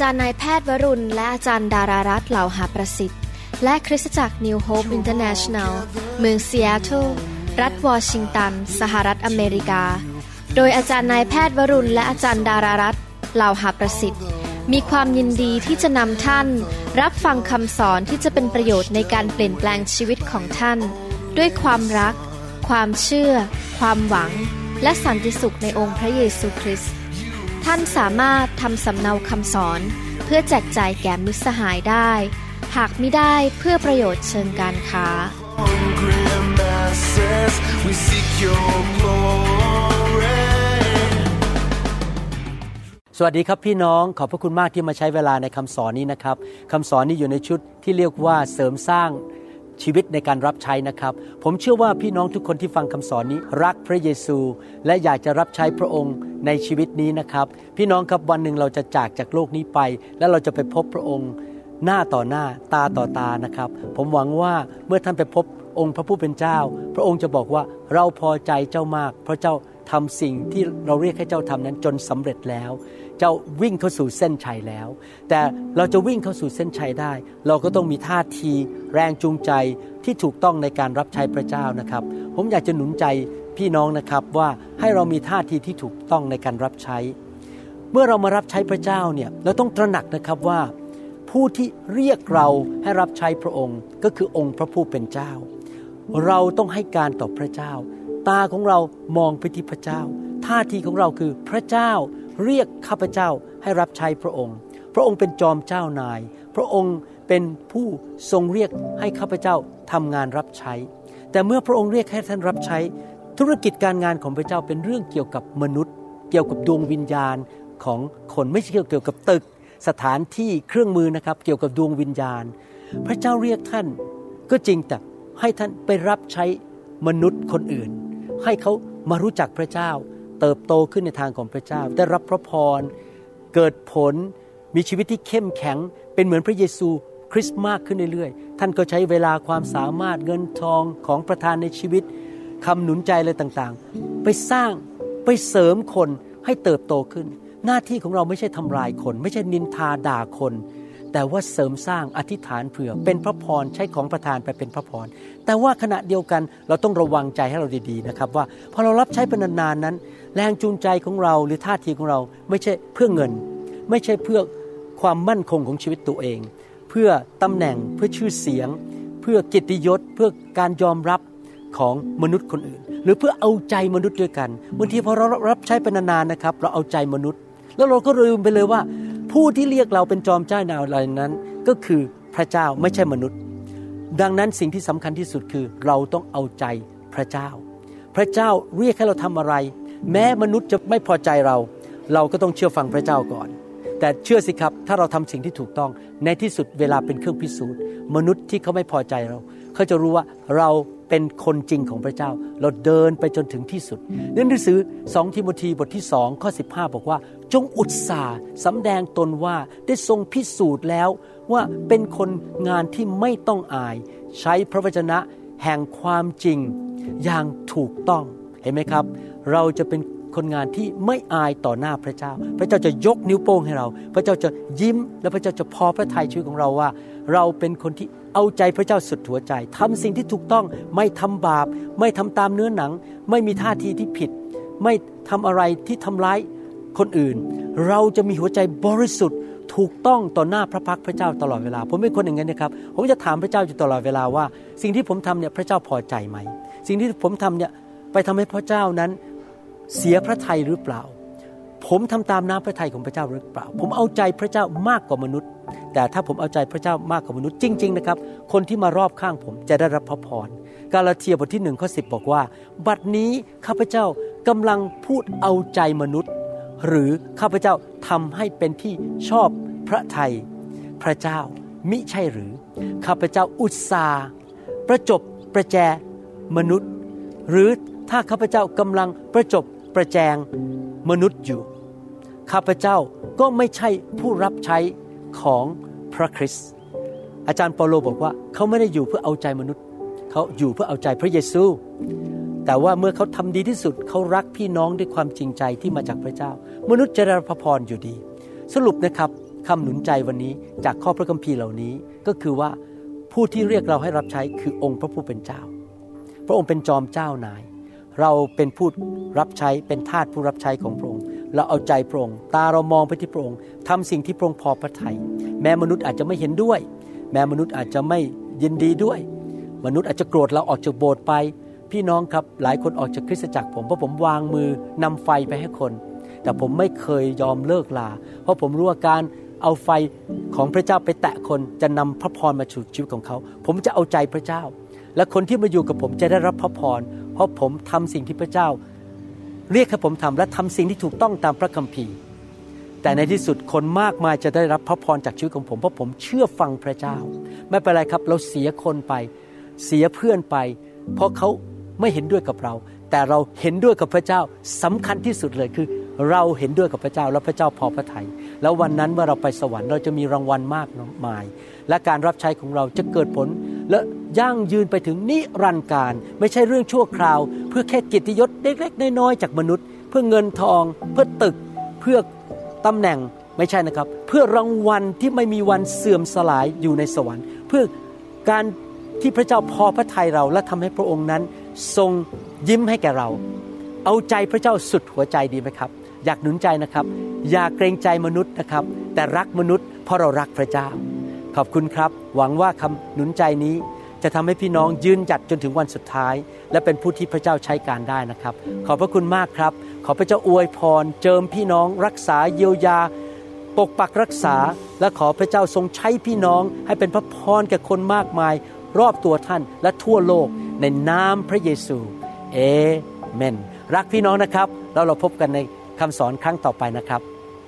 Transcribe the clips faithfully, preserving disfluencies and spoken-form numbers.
จารย์นายแพทย์วรุณและอาจารย์ดารารัตน์เหล่าหาประสิทธิ์และคริสตจักร New Hope International เมืองซีแอตเทิลรัฐวอชิงตันสหรัฐอเมริกาโดยอาจารย์นายแพทย์วรุณและอาจารย์ดารารัตน์เหล่าหาประสิทธิ์มีความยินดีที่จะนำท่านรับฟังคำสอนที่จะเป็นประโยชน์ในการเปลี่ยนแปลงชีวิตของท่านด้วยความรักความเชื่อความหวังและสันติสุขในองค์พระเยซูคริสต์ท่านสามารถทำสำเนาคำสอนเพื่อแจกจ่ายแก่มิตรสหายได้หากมิได้เพื่อประโยชน์เชิงการค้าสวัสดีครับพี่น้องขอบพระคุณมากที่มาใช้เวลาในคำสอนนี้นะครับคำสอนนี้อยู่ในชุดที่เรียกว่าเสริมสร้างชีวิตในการรับใช้นะครับผมเชื่อว่าพี่น้องทุกคนที่ฟังคำสอนนี้รักพระเยซูและอยากจะรับใช้พระองค์ในชีวิตนี้นะครับพี่น้องครับวันหนึ่งเราจะจากจากโลกนี้ไปและเราจะไปพบพระองค์หน้าต่อหน้าตาต่อตานะครับผมหวังว่าเมื่อท่านไปพบองค์พระผู้เป็นเจ้าพระองค์จะบอกว่าเราพอใจเจ้ามากเพราะเจ้าทำสิ่งที่เราเรียกให้เจ้าทำนั้นจนสำเร็จแล้วเจ้าวิ่งเข้าสู่เส้นชัยแล้วแต่เราจะวิ่งเข้าสู่เส้นชัยได้เราก็ต้องมีท่าทีแรงจูงใจที่ถูกต้องในการรับใช้พระเจ้านะครับผมอยากจะหนุนใจพี่น้องนะครับว่าให้เรามีท่าทีที่ถูกต้องในการรับใช้เมื่อเรามารับใช้พระเจ้าเนี่ยเราต้องตระหนักนะครับว่าผู้ที่เรียกเราให้รับใช้พระองค์ก็คือองค์พระผู้เป็นเจ้าเราต้องให้การต่อพระเจ้าตาของเรามองไปที่พระเจ้าท่าทีของเราคือพระเจ้าเรียกข้าพเจ้าให้รับใช้พระองค์พระองค์เป็นจอมเจ้านายพระองค์เป็นผู้ทรงเรียกให้ข้าพเจ้าทำงานรับใช้แต่เมื่อพระองค์เรียกให้ท่านรับใช้ธุรกิจการงานของพระเจ้าเป็นเรื่องเกี่ยวกับมนุษย์เกี่ยวกับดวงวิญญาณของคนไม่ใช่เกี่ยวกับตึกสถานที่เครื่องมือนะครับเกี่ยวกับดวงวิญญาณพระเจ้าเรียกท่านก็จริงแต่ให้ท่านไปรับใช้มนุษย์คนอื่นให้เขามารู้จักพระเจ้าเติบโตขึ้นในทางของพระเจ้าได้รับพระพรเกิดผลมีชีวิตที่เข้มแข็งเป็นเหมือนพระเยซูคริสต์มากขึ้นเรื่อยๆท่านก็ใช้เวลาความสามารถเงินทองของประทานในชีวิตคำหนุนใจอะไรต่างๆไปสร้างไปเสริมคนให้เติบโตขึ้นหน้าที่ของเราไม่ใช่ทำลายคนไม่ใช่นินทาด่าคนแต่ว่าเสริมสร้างอธิษฐานเผื่อเป็นพระพรใช้ของประทานไปเป็นพระพรแต่ว่าขณะเดียวกันเราต้องระวังใจให้เราดีๆนะครับว่าพอเรารับใช้เป็นนานๆนั้นแรงจูงใจของเราหรือท่าทีของเราไม่ใช่เพื่อเงินไม่ใช่เพื่อความมั่นคงของชีวิตตัวเองเพื่อตำแหน่งเพื่อชื่อเสียงเพื่อเกียรติยศเพื่อการยอมรับของมนุษย์คนอื่นหรือเพื่อเอาใจมนุษย์ด้วยกันบางทีพอเรารับใช้เป็นนานๆนะครับเราเอาใจมนุษย์แล้วเราก็ลืมไปเลยว่าผู้ที่เรียกเราเป็นจอมเจ้านายอะไรนั้นก็คือพระเจ้าไม่ใช่มนุษย์ดังนั้นสิ่งที่สำคัญที่สุดคือเราต้องเอาใจพระเจ้าพระเจ้าเรียกให้เราทำอะไรแม้มนุษย์จะไม่พอใจเราเราก็ต้องเชื่อฟังพระเจ้าก่อนแต่เชื่อสิครับถ้าเราทำสิ่งที่ถูกต้องในที่สุดเวลาเป็นเครื่องพิสูจน์มนุษย์ที่เขาไม่พอใจเราเขาจะรู้ว่าเราเป็นคนจริงของพระเจ้าเราเดินไปจนถึงที่สุดในหนังสือสองทิโมธีบทที่สองข้อสิบห้าบอกว่าจงอุตสาห์สำแดงตนว่าได้ทรงพิสูจน์แล้วว่าเป็นคนงานที่ไม่ต้องอายใช้พระวจนะแห่งความจริงอย่างถูกต้องเห็นไหมครับเราจะเป็นคนงานที่ไม่อายต่อหน้าพระเจ้าพระเจ้าจะยกนิ้วโป้งให้เราพระเจ้าจะยิ้มและพระเจ้าจะพอพระทัยชีวิตของเราว่าเราเป็นคนที่เอาใจพระเจ้าสุดหัวใจทำสิ่งที่ถูกต้องไม่ทำบาปไม่ทำตามเนื้อหนังไม่มีท่าทีที่ผิดไม่ทำอะไรที่ทำร้ายคนอื่นเราจะมีหัวใจบริสุทธิ์ถูกต้องต่อหน้าพระพักพระเจ้าตลอดเวลาผมเป็นคนอย่างนั้นนะครับผมจะถามพระเจ้าอยู่ตลอดเวลาว่าสิ่งที่ผมทำเนี่ยพระเจ้าพอใจไหมสิ่งที่ผมทำเนี่ยไปทำให้พระเจ้านั้นเสียพระทัยหรือเปล่าผมทำตามน้ำพระทัยของพระเจ้าหรือเปล่าผมเอาใจพระเจ้ามากกว่ามนุษย์แต่ถ้าผมเอาใจพระเจ้ามากกว่ามนุษย์จริงๆนะครับคนที่มารอบข้างผมจะได้รับพระพรกาลาเทียบทที่หนึ่งข้อสิบบอกว่าบัดนี้ข้าพเจ้ากำลังพูดเอาใจมนุษย์หรือข้าพเจ้าทำให้เป็นที่ชอบพระทัยพระเจ้ามิใช่หรือข้าพเจ้าอุตส่าห์ประจบประแจมนุษย์หรือถ้าข้าพเจ้ากำลังประจบประแจงมนุษย์อยู่ข้าพเจ้าก็ไม่ใช่ผู้รับใช้ของพระคริสต์อาจารย์เปาโลบอกว่าเขาไม่ได้อยู่เพื่อเอาใจมนุษย์เขาอยู่เพื่อเอาใจพระเยซูแต่ว่าเมื่อเขาทำดีที่สุดเขารักพี่น้องด้วยความจริงใจที่มาจากพระเจ้ามนุษย์จะได้รับพระพรอยู่ดีสรุปนะครับคำหนุนใจวันนี้จากข้อพระคัมภีร์เหล่านี้ก็คือว่าผู้ที่เรียกเราให้รับใช้คือองค์พระผู้เป็นเจ้าพระองค์เป็นจอมเจ้านายเราเป็นผู้รับใช้เป็นทาสผู้รับใช้ของพระองค์เราเอาใจพระองค์ตาเรามองไปที่พระองค์ทำสิ่งที่พระองค์พอพระทัยแม้มนุษย์อาจจะไม่เห็นด้วยแม้มนุษย์อาจจะไม่ยินดีด้วยมนุษย์อาจจะโกรธเราออกจากโบสถ์ไปพี่น้องครับหลายคนออกจากคริสตจักรผมเพราะผมวางมือนำไฟไปให้คนแต่ผมไม่เคยยอมเลิกลาเพราะผมรู้ว่าการเอาไฟของพระเจ้าไปแตะคนจะนำพระพรมาสู่ชีวิตของเขาผมจะเอาใจพระเจ้าและคนที่มาอยู่กับผมจะได้รับพระพรเพราะผมทำสิ่งที่พระเจ้าเรียกให้ผมทำและทำสิ่งที่ถูกต้องตามพระคัมภีร์แต่ในที่สุดคนมากมายจะได้รับพระพรจากชีวิตของผมเพราะผมเชื่อฟังพระเจ้าไม่เป็นไรครับเราเสียคนไปเสียเพื่อนไปเพราะเขาไม่เห็นด้วยกับเราแต่เราเห็นด้วยกับพระเจ้าสำคัญที่สุดเลยคือเราเห็นด้วยกับพระเจ้าและพระเจ้าพอพระทัยแล้ววันนั้นเมื่อเราไปสวรรค์เราจะมีรางวัลมากมายและการรับใช้ของเราจะเกิดผลและยั่งยืนไปถึงนิรันดร์การไม่ใช่เรื่องชั่วคราวเพื่อแค่เกียรติยศเล็กๆน้อยๆจากมนุษย์เพื่อเงินทองเพื่อตึกเพื่อตำแหน่งไม่ใช่นะครับเพื่อรางวัลที่ไม่มีวันเสื่อมสลายอยู่ในสวรรค์เพื่อการที่พระเจ้าพอพระทัยเราและทำให้พระองค์นั้นทรงยิ้มให้แก่เราเอาใจพระเจ้าสุดหัวใจดีไหมครับอยากหนุนใจนะครับอย่าเกรงใจมนุษย์นะครับแต่รักมนุษย์เพราะเรารักพระเจ้าขอบคุณครับหวังว่าคำหนุนใจนี้จะทำให้พี่น้องยืนหยัดจนถึงวันสุดท้ายและเป็นผู้ที่พระเจ้าใช้การได้นะครับขอบพระคุณมากครับขอพระเจ้าอวยพรเจิมพี่น้องรักษาเยียวยาปกปักรักษาและขอพระเจ้าทรงใช้พี่น้องให้เป็นพระพรแก่คนมากมายรอบตัวท่านและทั่วโลกในนามพระเยซูเอเมนรักพี่น้องนะครับแล้วเราพบกันในคำสอนครั้งต่อไปนะครับ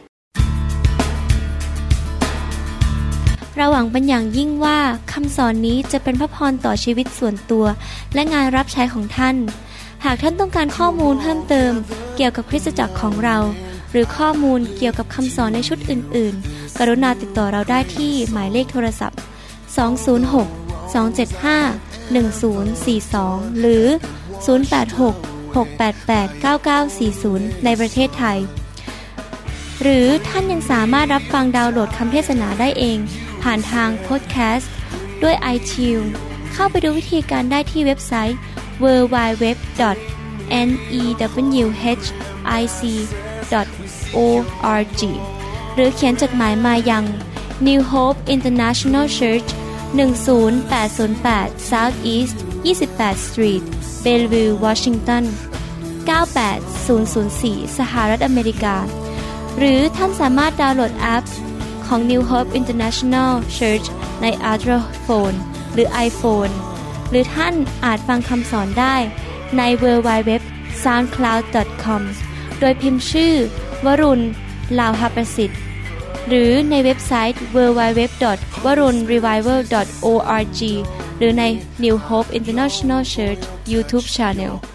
เราหวังเป็นอย่างยิ่งว่าคำสอนนี้จะเป็นพระพรต่อชีวิตส่วนตัวและงานรับใช้ของท่านหากท่านต้องการข้อมูลเพิ่มเติมเกี่ยวกับคริสตจักรของเราหรือข้อมูลเกี่ยวกับคำสอนในชุดอื่นๆกรุณาติดต่อเราได้ที่หมายเลขโทรศัพท์สอง ศูนย์ หก สอง เจ็ด ห้า หนึ่ง ศูนย์ สี่ สองหรือศูนย์ แปด หก หก แปด แปด เก้า เก้า สี่ ศูนย์ในประเทศไทยหรือท่านยังสามารถรับฟังดาวน์โหลดคำเทศนาได้เองผ่านทางพอดแคสต์ด้วย iTunes เข้าไปดูวิธีการได้ที่เว็บไซต์ ดับเบิลยู ดับเบิลยู ดับเบิลยู ดอท เน อี ดับเบิลยู เอช ไอ ซี ดอท โอ อาร์ จี หรือเขียนจดหมายมายัง New Hope International Church หนึ่ง ศูนย์ แปด ศูนย์ แปด South East ยี่สิบแปด Street Bellevue Washington เก้า แปด ศูนย์ ศูนย์ สี่ สหรัฐอเมริกาหรือท่านสามารถดาวน์โหลดแอปของ New Hope International Church ใน Android Phone หรือ iPhone หรือท่านอาจฟังคำสอนได้ใน ดับเบิลยู ดับเบิลยู ดับเบิลยู ดอท ซาวด์คลาวด์ ดอท คอม โดยพิมพ์ชื่อวรุณ ลาวหประสิทธิ์หรือในเว็บไซต์ ดับเบิลยู ดับเบิลยู ดับเบิลยู ดอท วรุณ รีไววัล ดอท โอ อาร์ จี หรือใน New Hope International Church YouTube Channel